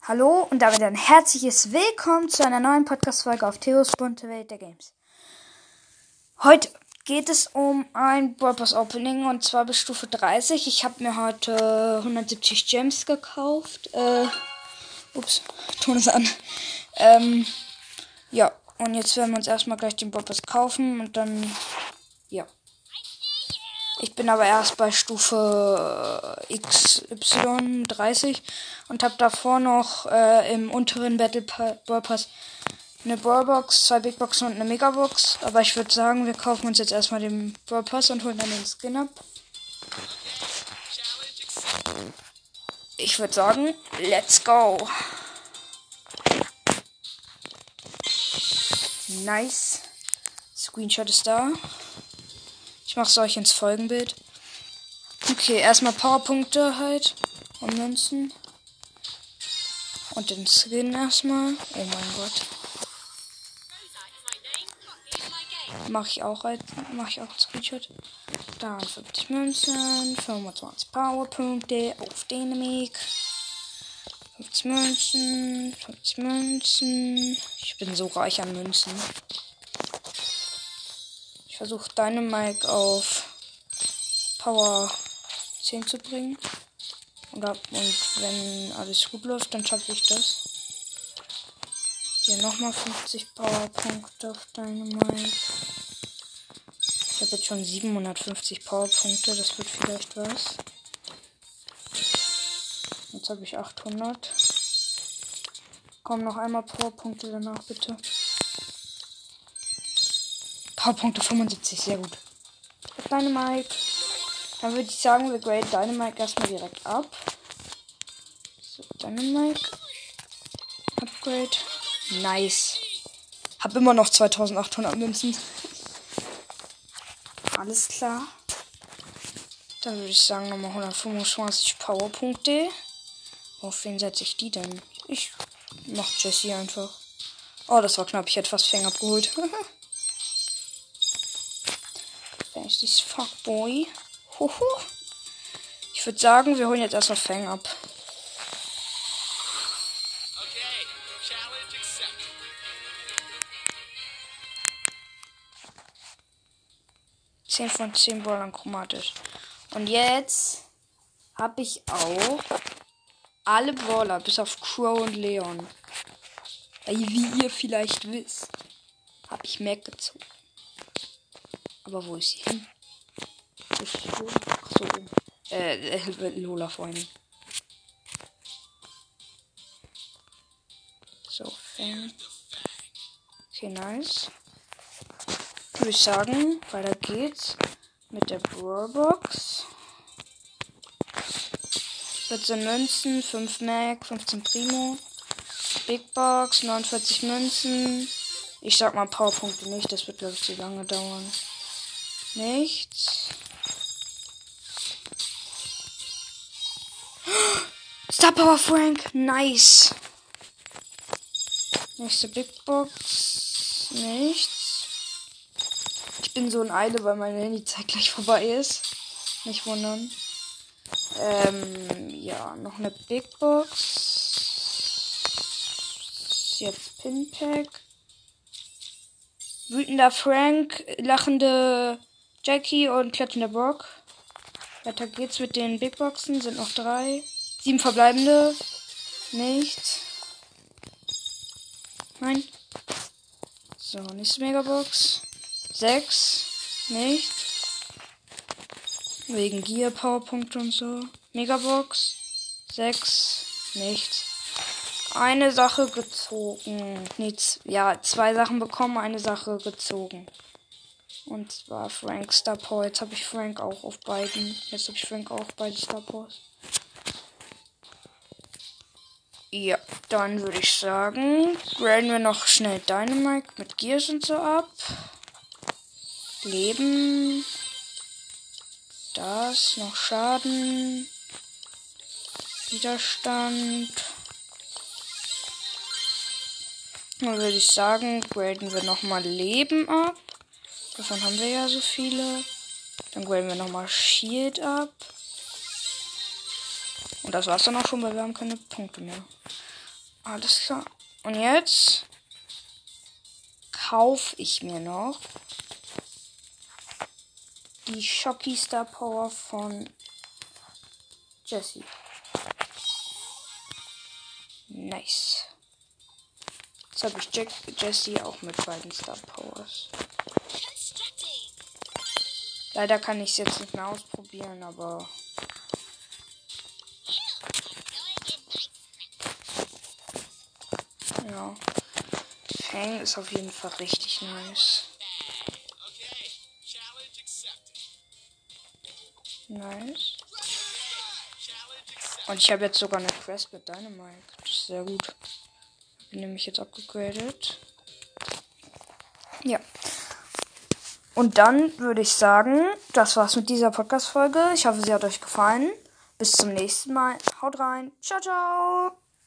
Hallo und damit ein herzliches Willkommen zu einer neuen Podcast-Folge auf Theos bunte Welt der Games. Heute geht es um ein Brawl Pass Opening und zwar bis Stufe 30. Ich habe mir heute 170 Gems gekauft. Ton ist an. Ja, und jetzt werden wir uns erstmal gleich den Brawl Pass kaufen und dann, ja. Ich bin aber erst bei Stufe XY 30 und habe davor noch im unteren Battle Brawl Pass eine Brawlbox, 2 Big Boxen und eine Megabox. Aber ich würde sagen, wir kaufen uns jetzt erstmal den Brawl Pass und holen dann den Skin ab. Ich würde sagen, let's go. Nice. Screenshot ist da. Ich mache es euch ins Folgenbild. Okay, erstmal Powerpunkte halt. Und Münzen. Und den Skin erstmal. Oh mein Gott. Mache ich auch einen Screenshot. Dann 50 Münzen, 25 Powerpunkte auf Dynamik. 50 Münzen, 50 Münzen. Ich bin so reich an Münzen. Ich versuche Dynamik auf Power 10 zu bringen. Und wenn alles gut läuft, dann schaffe ich das. Hier nochmal 50 Powerpunkte auf Dynamik. Ich habe jetzt schon 750 Powerpunkte, das wird vielleicht was. Jetzt habe ich 800. Komm, noch einmal Powerpunkte danach, bitte. Powerpunkte 75, sehr gut. Dynamik. Dann würde ich sagen, wir graden Dynamik erstmal direkt ab. So, Dynamik. Upgrade. Nice. Hab immer noch 2800 Münzen. Alles klar. Dann würde ich sagen, nochmal 125 Powerpunkte. Auf wen setze ich die denn? Ich mach Jessie einfach. Oh, das war knapp. Ich hätte fast Fang abgeholt. Wer ist dieses Fuckboy? Huhu. Ich würde sagen, wir holen jetzt erstmal Fang ab. Okay, challenge accepted. 10 von 10 Brawlern chromatisch. Und jetzt habe ich auch alle Brawler, bis auf Crow und Leon. Wie ihr vielleicht wisst, habe ich Mac gezogen. Aber wo ist sie hin? Wo ist sie? Ach so. Lola vorhin. So, Fang. Okay, nice. Würde ich sagen, weiter geht's mit der Brawlbox. 14 Münzen, 5 Mac, 15 Primo. Big Box, 49 Münzen. Ich sag mal Powerpunkte nicht, das wird glaube ich zu lange dauern. Nichts. Star Power Frank, nice. Nächste Big Box, nichts. Ich bin so in Eile, weil meine Handyzeit gleich vorbei ist. Nicht wundern. Ja, noch eine Big Box. Jetzt Pinpack. Wütender Frank, lachende Jackie und klatschender Brock. Weiter geht's mit den Big Boxen. Sind noch 3. 7 verbleibende. Nichts. Nein. So, nächste Megabox. 6. Nicht. Wegen Gear, Powerpunkte und so. Megabox. 6. Nichts. Eine Sache gezogen. Nee, ja, 2 Sachen bekommen, eine Sache gezogen. Und zwar Frank Star Power. Jetzt habe ich Frank auch auf beiden. Jetzt habe ich Frank auch beide Star Powers. Ja, dann würde ich sagen, graden wir noch schnell Dynamite mit Gears und so ab. Leben. Das, noch Schaden. Widerstand. Dann würde ich sagen, graden wir nochmal Leben ab. Davon haben wir ja so viele. Dann graden wir nochmal Shield ab. Und das war's dann auch schon, weil wir haben keine Punkte mehr. Alles klar. Und jetzt kaufe ich mir noch die Shocky Star Power von Jessie. Nice. Jetzt habe ich Jessie auch mit beiden Star Powers. Leider kann ich es jetzt nicht mehr ausprobieren, aber ja. Fang ist auf jeden Fall richtig nice. Okay, challenge accepted. Nice. Challenge accepted. Und ich habe jetzt sogar eine Quest mit Dynamite. Das ist sehr gut. Bin nämlich jetzt abgegradet. Ja. Und dann würde ich sagen, das war's mit dieser Podcast-Folge. Ich hoffe, sie hat euch gefallen. Bis zum nächsten Mal. Haut rein. Ciao, ciao.